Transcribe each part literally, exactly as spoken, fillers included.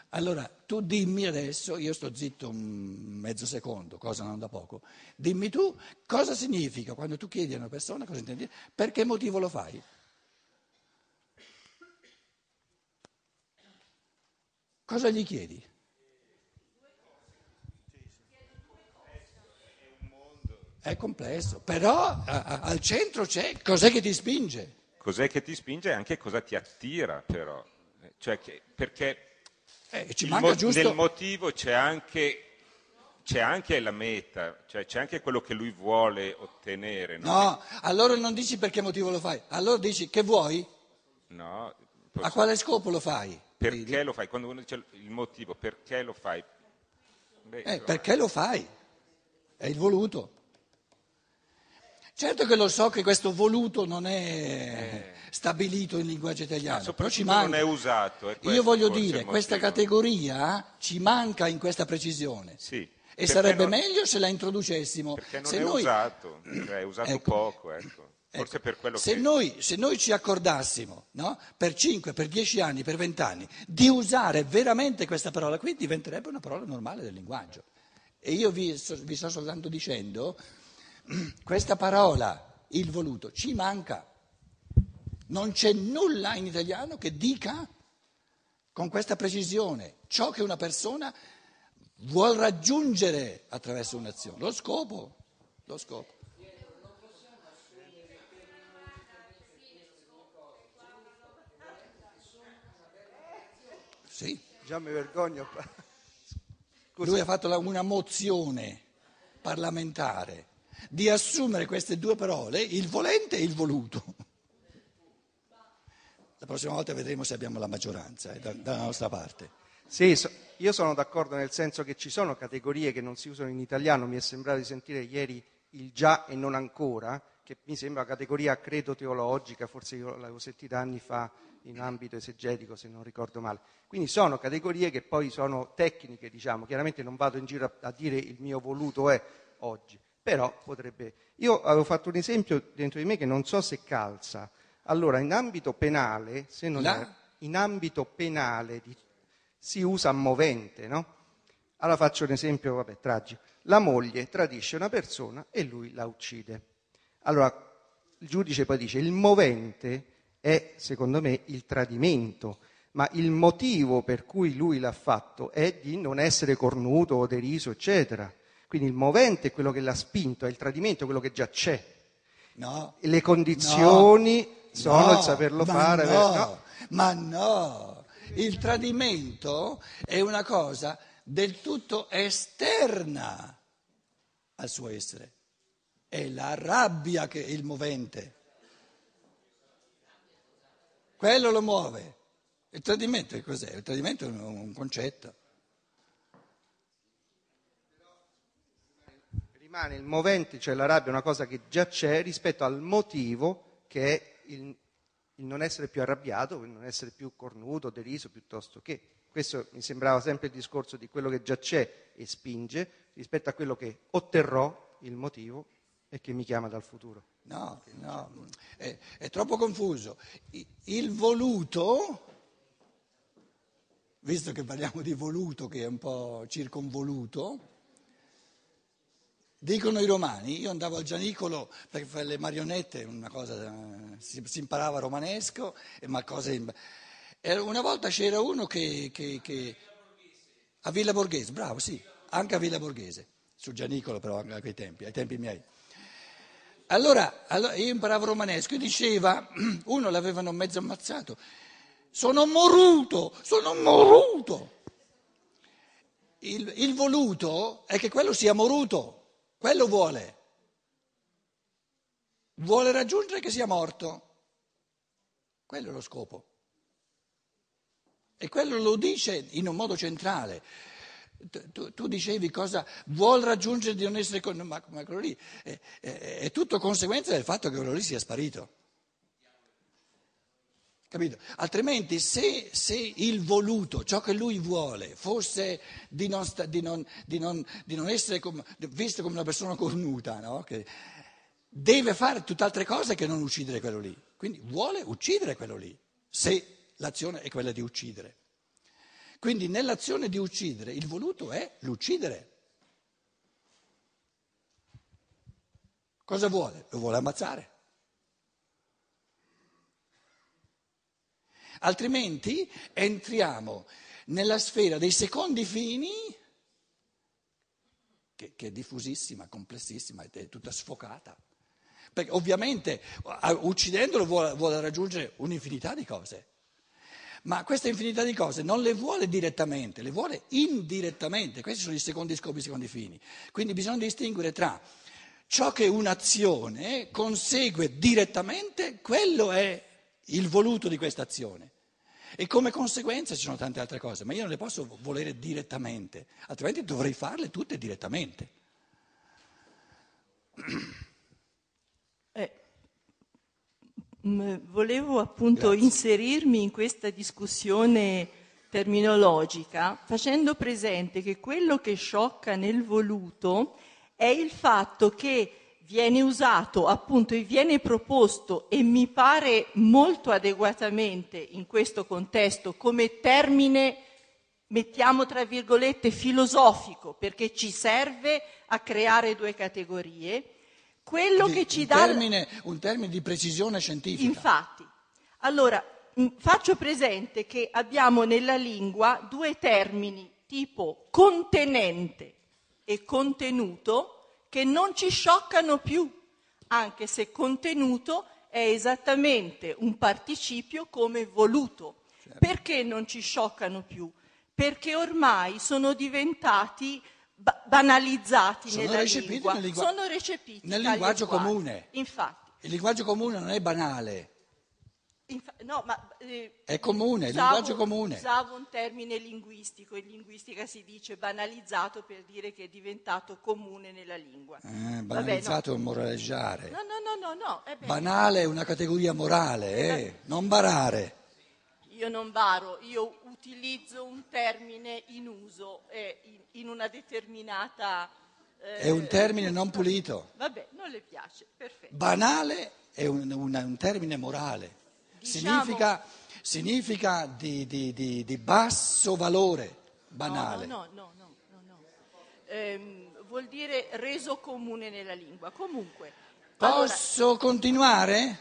Allora, tu dimmi adesso, io sto zitto un mezzo secondo, cosa non da poco, dimmi tu cosa significa quando tu chiedi a una persona cosa intendi, per che motivo lo fai? Cosa gli chiedi? È complesso, però a- a- al centro c'è cos'è che ti spinge? Cos'è che ti spinge e anche cosa ti attira però. Eh, Cioè che- perché Eh, ci il manca mo- nel giusto. motivo c'è anche, c'è anche la meta, cioè c'è anche quello che lui vuole ottenere, no? Che- No, allora non dici per che motivo lo fai, allora dici che vuoi, no, a posso- quale scopo lo fai, perché vedi? lo fai? Quando uno dice il motivo, perché lo fai? Beh, Eh, insomma, perché lo fai? È il voluto. Certo che lo so che questo voluto non è eh, stabilito in linguaggio ma italiano, però ci soprattutto non è manca. usato, è Io questo voglio forse il dire, questa motivo. categoria ci manca in questa precisione Sì, e perché sarebbe non, meglio se la introducessimo. perché non Se è noi, usato, cioè è usato ecco, poco, ecco. ecco, Forse per quello se che... noi, se noi ci accordassimo, no, per cinque, per dieci anni, per venti anni, di usare veramente questa parola qui, diventerebbe una parola normale del linguaggio. E io vi, so- vi sto soltanto dicendo, questa parola, il voluto, ci manca. Non c'è nulla in italiano che dica con questa precisione ciò che una persona vuol raggiungere attraverso un'azione, lo scopo, lo scopo. Sì, Già mi vergogno. lui Scusa, ha fatto la- una mozione parlamentare di assumere queste due parole, il volente e il voluto. La prossima volta vedremo se abbiamo la maggioranza eh, da- dalla nostra parte. sì, so- io sono d'accordo nel senso che ci sono categorie che non si usano in italiano. Mi è sembrato di sentire ieri il già e non ancora, che mi sembra una categoria credo teologica, forse io l'avevo sentita anni fa in ambito esegetico se non ricordo male. Quindi sono categorie che poi sono tecniche, diciamo. Chiaramente non vado in giro a, a dire il mio voluto è oggi, però potrebbe... Io avevo fatto un esempio dentro di me che non so se calza. Allora, in ambito penale, se non La, è, in ambito penale di- si usa movente, no? Allora faccio un esempio, vabbè, tragico. La moglie tradisce una persona e lui la uccide. Allora, il giudice poi dice, il movente è, secondo me, il tradimento, ma il motivo per cui lui l'ha fatto è di non essere cornuto o deriso, eccetera. Quindi il movente è quello che l'ha spinto, è il tradimento, quello che già c'è. no, Le no, condizioni sono il no, saperlo ma fare, avere- no. no, ma no. Il tradimento è una cosa del tutto esterna al suo essere. È la rabbia che è il movente. Quello lo muove. Il tradimento è cos'è? Il tradimento è un, un concetto. Rimane il movente, cioè la rabbia, una cosa che già c'è rispetto al motivo che è il, il non essere più arrabbiato, il non essere più cornuto, deriso, piuttosto che. Questo mi sembrava sempre il discorso di quello che già c'è e spinge rispetto a quello che otterrò, il motivo, e che mi chiama dal futuro. No, no, è, è troppo confuso. I- Il voluto, visto che parliamo di voluto che è un po' circonvoluto, dicono i romani, io andavo al Gianicolo per fare le marionette, una cosa, eh, si, si imparava romanesco, e ma cose... E una volta c'era uno che, che- che- a Villa Borghese, bravo, sì, anche a Villa Borghese, sul Gianicolo però anche a quei tempi, ai tempi miei. Allora, allora io imparavo romanesco e diceva, uno l'avevano mezzo ammazzato, sono moruto, sono moruto. Il, il voluto è che quello sia moruto, quello vuole, vuole raggiungere che sia morto, quello è lo scopo. E quello lo dice in un modo centrale. Tu, tu- tu dicevi cosa vuol raggiungere di non essere con... Ma, ma quello lì è, è- è tutto conseguenza del fatto che quello lì sia sparito. Capito? Altrimenti se, se il voluto, ciò che lui vuole, fosse di non, sta- di non- di non- di non essere com- visto come una persona cornuta, no? Che deve fare tutt'altre cose che non uccidere quello lì. Quindi vuole uccidere quello lì, se l'azione è quella di uccidere. Quindi nell'azione di uccidere, il voluto è l'uccidere. Cosa vuole? Lo vuole ammazzare. Altrimenti entriamo nella sfera dei secondi fini, che, che è diffusissima, complessissima, è tutta sfocata. Perché ovviamente uccidendolo vuole, vuole raggiungere un'infinità di cose, ma questa infinità di cose non le vuole direttamente, le vuole indirettamente. Questi sono i secondi scopi, i secondi fini. Quindi bisogna distinguere tra ciò che un'azione consegue direttamente, quello è il voluto di questa azione. E come conseguenza ci sono tante altre cose, ma io non le posso volere direttamente, altrimenti dovrei farle tutte direttamente. Eh, mh, volevo appunto Grazie. inserirmi in questa discussione terminologica facendo presente che quello che sciocca nel voluto è il fatto che viene usato appunto e viene proposto, e mi pare molto adeguatamente in questo contesto, come termine, mettiamo tra virgolette, filosofico, perché ci serve a creare due categorie, quello Di- che ci un dà... termine, un termine di precisione scientifica. Infatti, allora mh, faccio presente che abbiamo nella lingua due termini tipo contenente e contenuto che non ci scioccano più, anche se contenuto è esattamente un participio come voluto. Certo. Perché non ci scioccano più? Perché ormai sono diventati ba- banalizzati Sono nella recepiti lingua, nel lingua- sono recepiti nel tali e linguaggio quali. comune. Infatti. Il linguaggio comune non è banale, Infa- no, ma, eh, è comune, è il usavo- linguaggio comune. Usavo un termine linguistico, in linguistica si dice banalizzato per dire che è diventato comune nella lingua. Eh, banalizzato è un moraleggiare. No, no, no, no, no. eh beh, Banale è una categoria morale, eh? Non barare. io non baro, io utilizzo un termine in uso eh, in, in una determinata... eh, È un termine non pulito. Vabbè, non le piace, perfetto. Banale è un, un- un termine morale. Diciamo- Significa, significa di, di- di- di basso valore, banale. No, no, no, no, no, no. Ehm, vuol dire reso comune nella lingua. Comunque, allora, Posso continuare?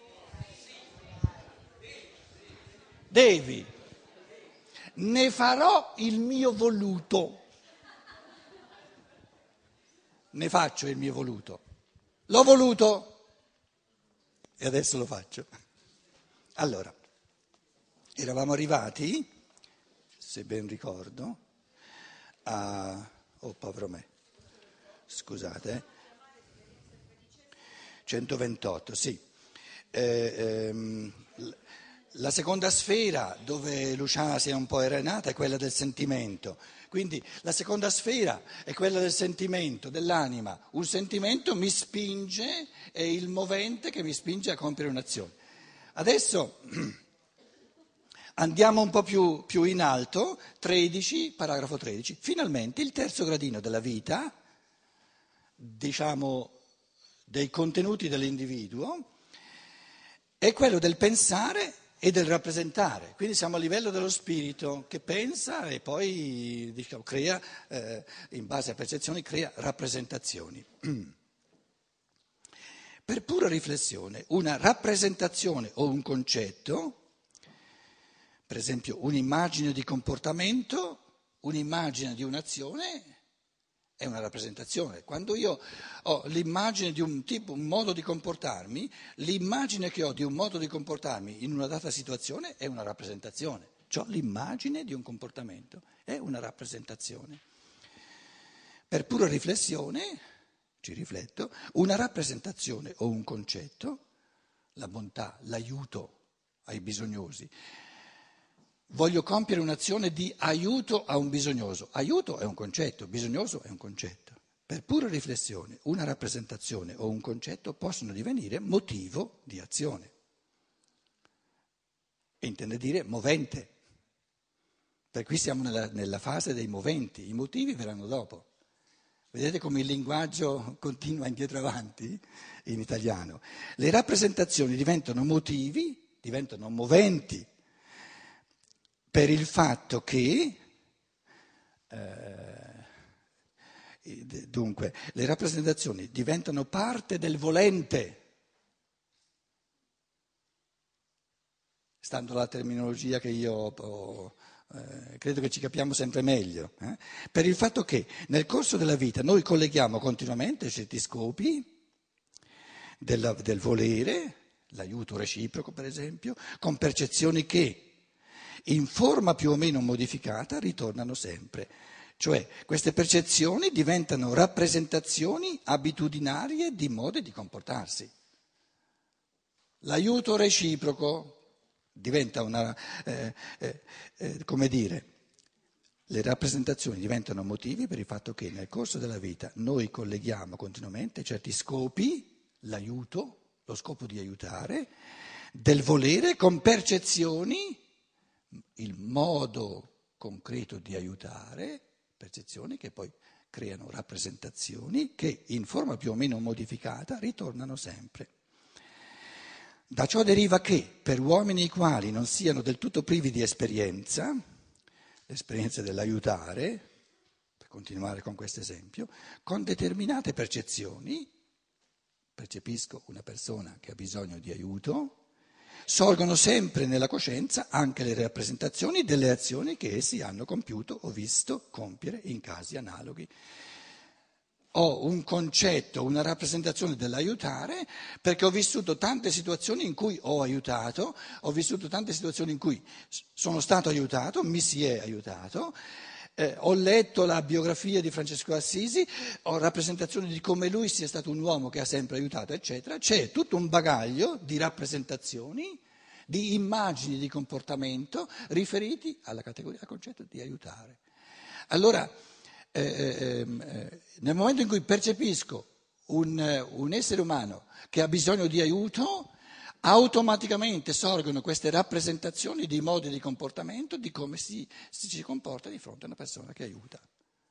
Devi. Ne farò il mio voluto. Ne faccio il mio voluto. L'ho voluto e adesso lo faccio. Allora, eravamo arrivati, se ben ricordo, a... Oh, povero me, scusate, eh. centoventotto, sì. Eh, ehm, l- la seconda sfera dove Luciana si è un po' arenata è quella del sentimento. Quindi la seconda sfera è quella del sentimento, dell'anima. Un sentimento mi spinge, è il movente che mi spinge a compiere un'azione. Adesso andiamo un po' più, più in alto, tredici, paragrafo tredici. Finalmente il terzo gradino della vita, diciamo dei contenuti dell'individuo, è quello del pensare e del rappresentare. Quindi siamo a livello dello spirito che pensa e poi diciamo, crea, eh, in base a percezioni, crea rappresentazioni. Per pura riflessione, una rappresentazione o un concetto, per esempio un'immagine di comportamento, un'immagine di un'azione, è una rappresentazione. Quando io ho l'immagine di un tipo, un modo di comportarmi, l'immagine che ho di un modo di comportarmi in una data situazione è una rappresentazione. Cioè l'immagine di un comportamento è una rappresentazione. Per pura riflessione, ci rifletto, una rappresentazione o un concetto, la bontà, l'aiuto ai bisognosi. Voglio compiere un'azione di aiuto a un bisognoso. Aiuto è un concetto, bisognoso è un concetto. Per pura riflessione, una rappresentazione o un concetto possono divenire motivo di azione. E intende dire movente. Per cui siamo nella, nella fase dei moventi, i motivi verranno dopo. Vedete come il linguaggio continua indietro avanti in italiano. Le rappresentazioni diventano motivi, diventano moventi. per il fatto che, eh, dunque, le rappresentazioni diventano parte del volente, stando alla terminologia che io ho, eh, credo che ci capiamo sempre meglio, eh? Per il fatto che nel corso della vita noi colleghiamo continuamente certi scopi della, del volere, l'aiuto reciproco per esempio, con percezioni che in forma più o meno modificata ritornano sempre. Cioè queste percezioni diventano rappresentazioni abitudinarie di modi di comportarsi. L'aiuto reciproco diventa una, eh, eh, eh, come dire, le rappresentazioni diventano motivi per il fatto che nel corso della vita noi colleghiamo continuamente certi scopi, l'aiuto, lo scopo di aiutare, del volere con percezioni, il modo concreto di aiutare, percezioni che poi creano rappresentazioni che in forma più o meno modificata ritornano sempre. Da ciò deriva che per uomini i quali non siano del tutto privi di esperienza, l'esperienza dell'aiutare, per continuare con questo esempio, con determinate percezioni, percepisco una persona che ha bisogno di aiuto, sorgono sempre nella coscienza anche le rappresentazioni delle azioni che essi hanno compiuto o visto compiere in casi analoghi. Ho un concetto, una rappresentazione dell'aiutare perché ho vissuto tante situazioni in cui ho aiutato, ho vissuto tante situazioni in cui sono stato aiutato, mi si è aiutato, eh, ho letto la biografia di Francesco Assisi, ho rappresentazioni di come lui sia stato un uomo che ha sempre aiutato, eccetera. C'è tutto un bagaglio di rappresentazioni, di immagini di comportamento riferiti alla categoria, al concetto di aiutare. Allora, Eh, eh, nel momento in cui percepisco un, un essere umano che ha bisogno di aiuto, automaticamente sorgono queste rappresentazioni di modi di comportamento, di come si, si, si comporta di fronte a una persona che aiuta.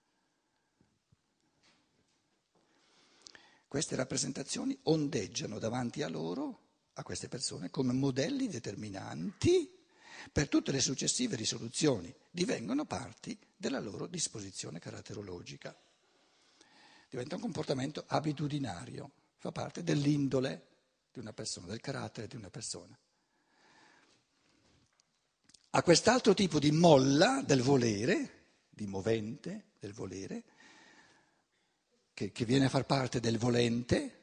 Queste rappresentazioni ondeggiano davanti a loro, a queste persone, come modelli determinanti per tutte le successive risoluzioni, divengono parti della loro disposizione caratterologica. Diventa un comportamento abitudinario, fa parte dell'indole di una persona, del carattere di una persona. A quest'altro tipo di molla del volere, di movente del volere, che, che viene a far parte del volente,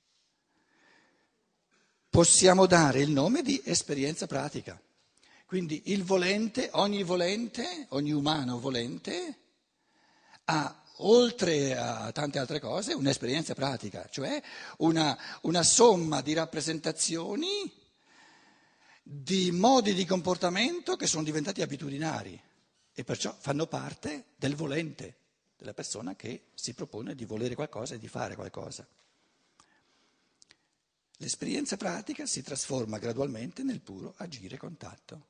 possiamo dare il nome di esperienza pratica. Quindi il volente, ogni volente, ogni umano volente ha, oltre a tante altre cose, un'esperienza pratica, cioè una, una somma di rappresentazioni, di modi di comportamento che sono diventati abitudinari e perciò fanno parte del volente, della persona che si propone di volere qualcosa e di fare qualcosa. L'esperienza pratica si trasforma gradualmente nel puro agire contatto.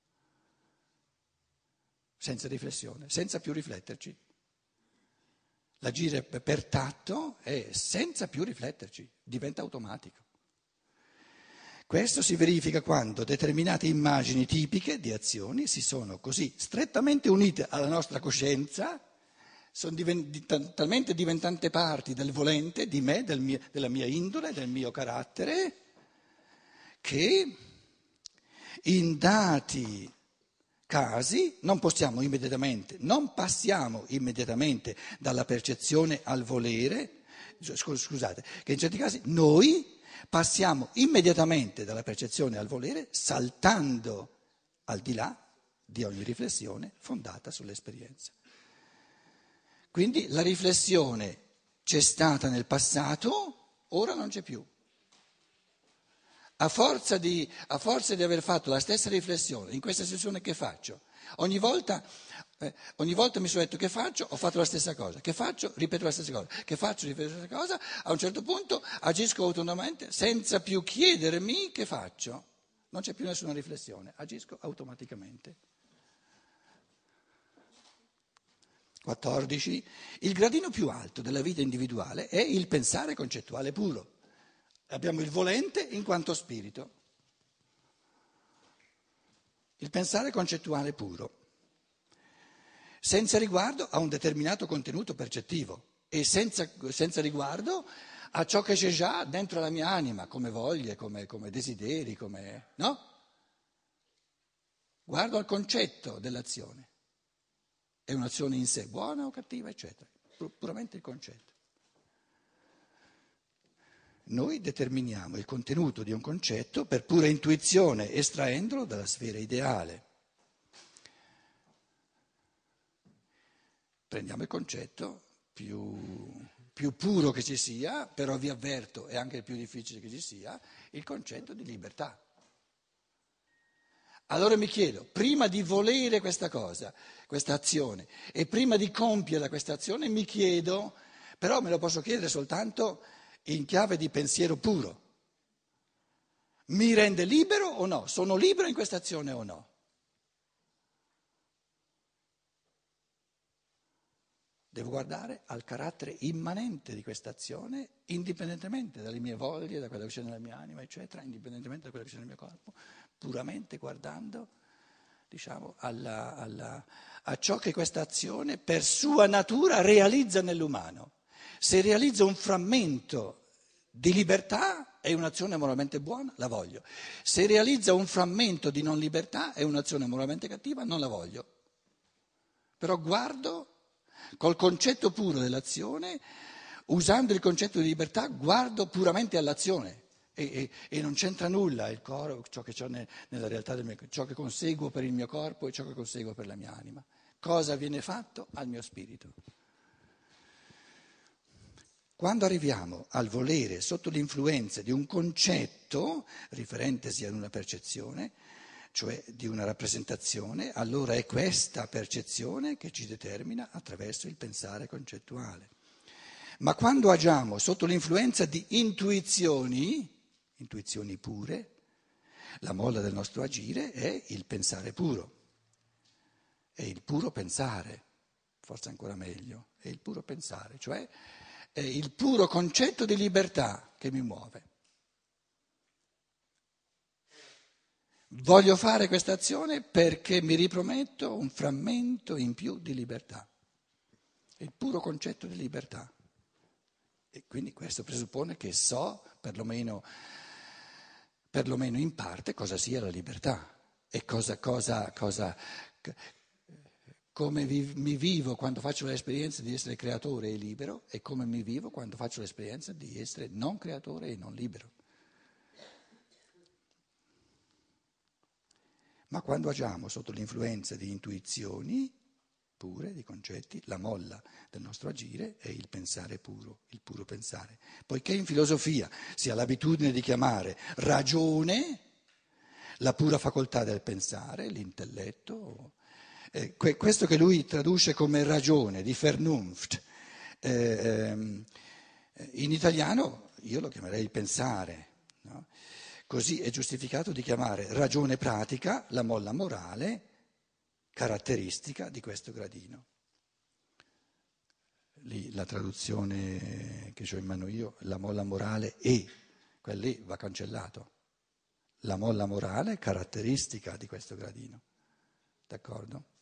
Senza riflessione, senza più rifletterci. L'agire per tatto è senza più rifletterci, diventa automatico. Questo si verifica quando determinate immagini tipiche di azioni si sono così strettamente unite alla nostra coscienza, sono divent- talmente diventate parti del volente, di me, del mio, della mia indole, del mio carattere, che in dati casi non possiamo immediatamente, non passiamo immediatamente dalla percezione al volere, scusate, che in certi casi noi passiamo immediatamente dalla percezione al volere saltando al di là di ogni riflessione fondata sull'esperienza. Quindi la riflessione c'è stata nel passato, ora non c'è più. A forza, di, a forza di aver fatto la stessa riflessione in questa sessione che faccio, ogni volta, eh, ogni volta mi sono detto che faccio, ho fatto la stessa cosa, che faccio, ripeto la stessa cosa, che faccio, ripeto la stessa cosa, a un certo punto agisco autonomamente senza più chiedermi che faccio, non c'è più nessuna riflessione, agisco automaticamente. quattordici. Il gradino più alto della vita individuale è il pensare concettuale puro. Abbiamo il volente in quanto spirito. Il pensare concettuale puro, senza riguardo a un determinato contenuto percettivo e senza, senza riguardo a ciò che c'è già dentro la mia anima, come voglie, come, come desideri, come, no? Guardo al concetto dell'azione. È un'azione in sé, buona o cattiva, eccetera. Puramente il concetto. Noi determiniamo il contenuto di un concetto per pura intuizione, estraendolo dalla sfera ideale. Prendiamo il concetto più, più puro che ci sia, però vi avverto, è anche il più difficile che ci sia, il concetto di libertà. Allora mi chiedo, prima di volere questa cosa, questa azione, e prima di compierla questa azione, mi chiedo, però me lo posso chiedere soltanto in chiave di pensiero puro. Mi rende libero o no? Sono libero in questa azione o no? Devo guardare al carattere immanente di questa azione, indipendentemente dalle mie voglie, da quello che c'è nella mia anima, eccetera, indipendentemente da quello che c'è nel mio corpo, puramente guardando, diciamo, alla, alla, a ciò che questa azione per sua natura realizza nell'umano. Se realizza un frammento di libertà è un'azione moralmente buona, la voglio. Se realizza un frammento di non libertà è un'azione moralmente cattiva, non la voglio. Però guardo col concetto puro dell'azione, usando il concetto di libertà, guardo puramente all'azione e, e, e non c'entra nulla il corpo, ciò che c'ho ne, nella realtà del mio, ciò che conseguo per il mio corpo e ciò che conseguo per la mia anima. Cosa viene fatto al mio spirito? Quando arriviamo al volere sotto l'influenza di un concetto, riferentesi ad una percezione, cioè di una rappresentazione, allora è questa percezione che ci determina attraverso il pensare concettuale. Ma quando agiamo sotto l'influenza di intuizioni, intuizioni pure, la molla del nostro agire è il pensare puro, è il puro pensare, forse ancora meglio, è il puro pensare, cioè è il puro concetto di libertà che mi muove. Voglio fare questa azione perché mi riprometto un frammento in più di libertà, il puro concetto di libertà. E quindi questo presuppone che so, perlomeno, perlomeno in parte, cosa sia la libertà e cosa, cosa, cosa, come vi, mi vivo quando faccio l'esperienza di essere creatore e libero e come mi vivo quando faccio l'esperienza di essere non creatore e non libero. Ma quando agiamo sotto l'influenza di intuizioni pure, di concetti, la molla del nostro agire è il pensare puro, il puro pensare. Poiché in filosofia si ha l'abitudine di chiamare ragione la pura facoltà del pensare, l'intelletto, eh, questo che lui traduce come ragione, di Vernunft, eh, ehm, in italiano io lo chiamerei il pensare, no? Così è giustificato di chiamare ragione pratica la molla morale caratteristica di questo gradino. Lì la traduzione che ho in mano io, la molla morale è, quella lì va cancellato. La molla morale caratteristica di questo gradino. D'accordo?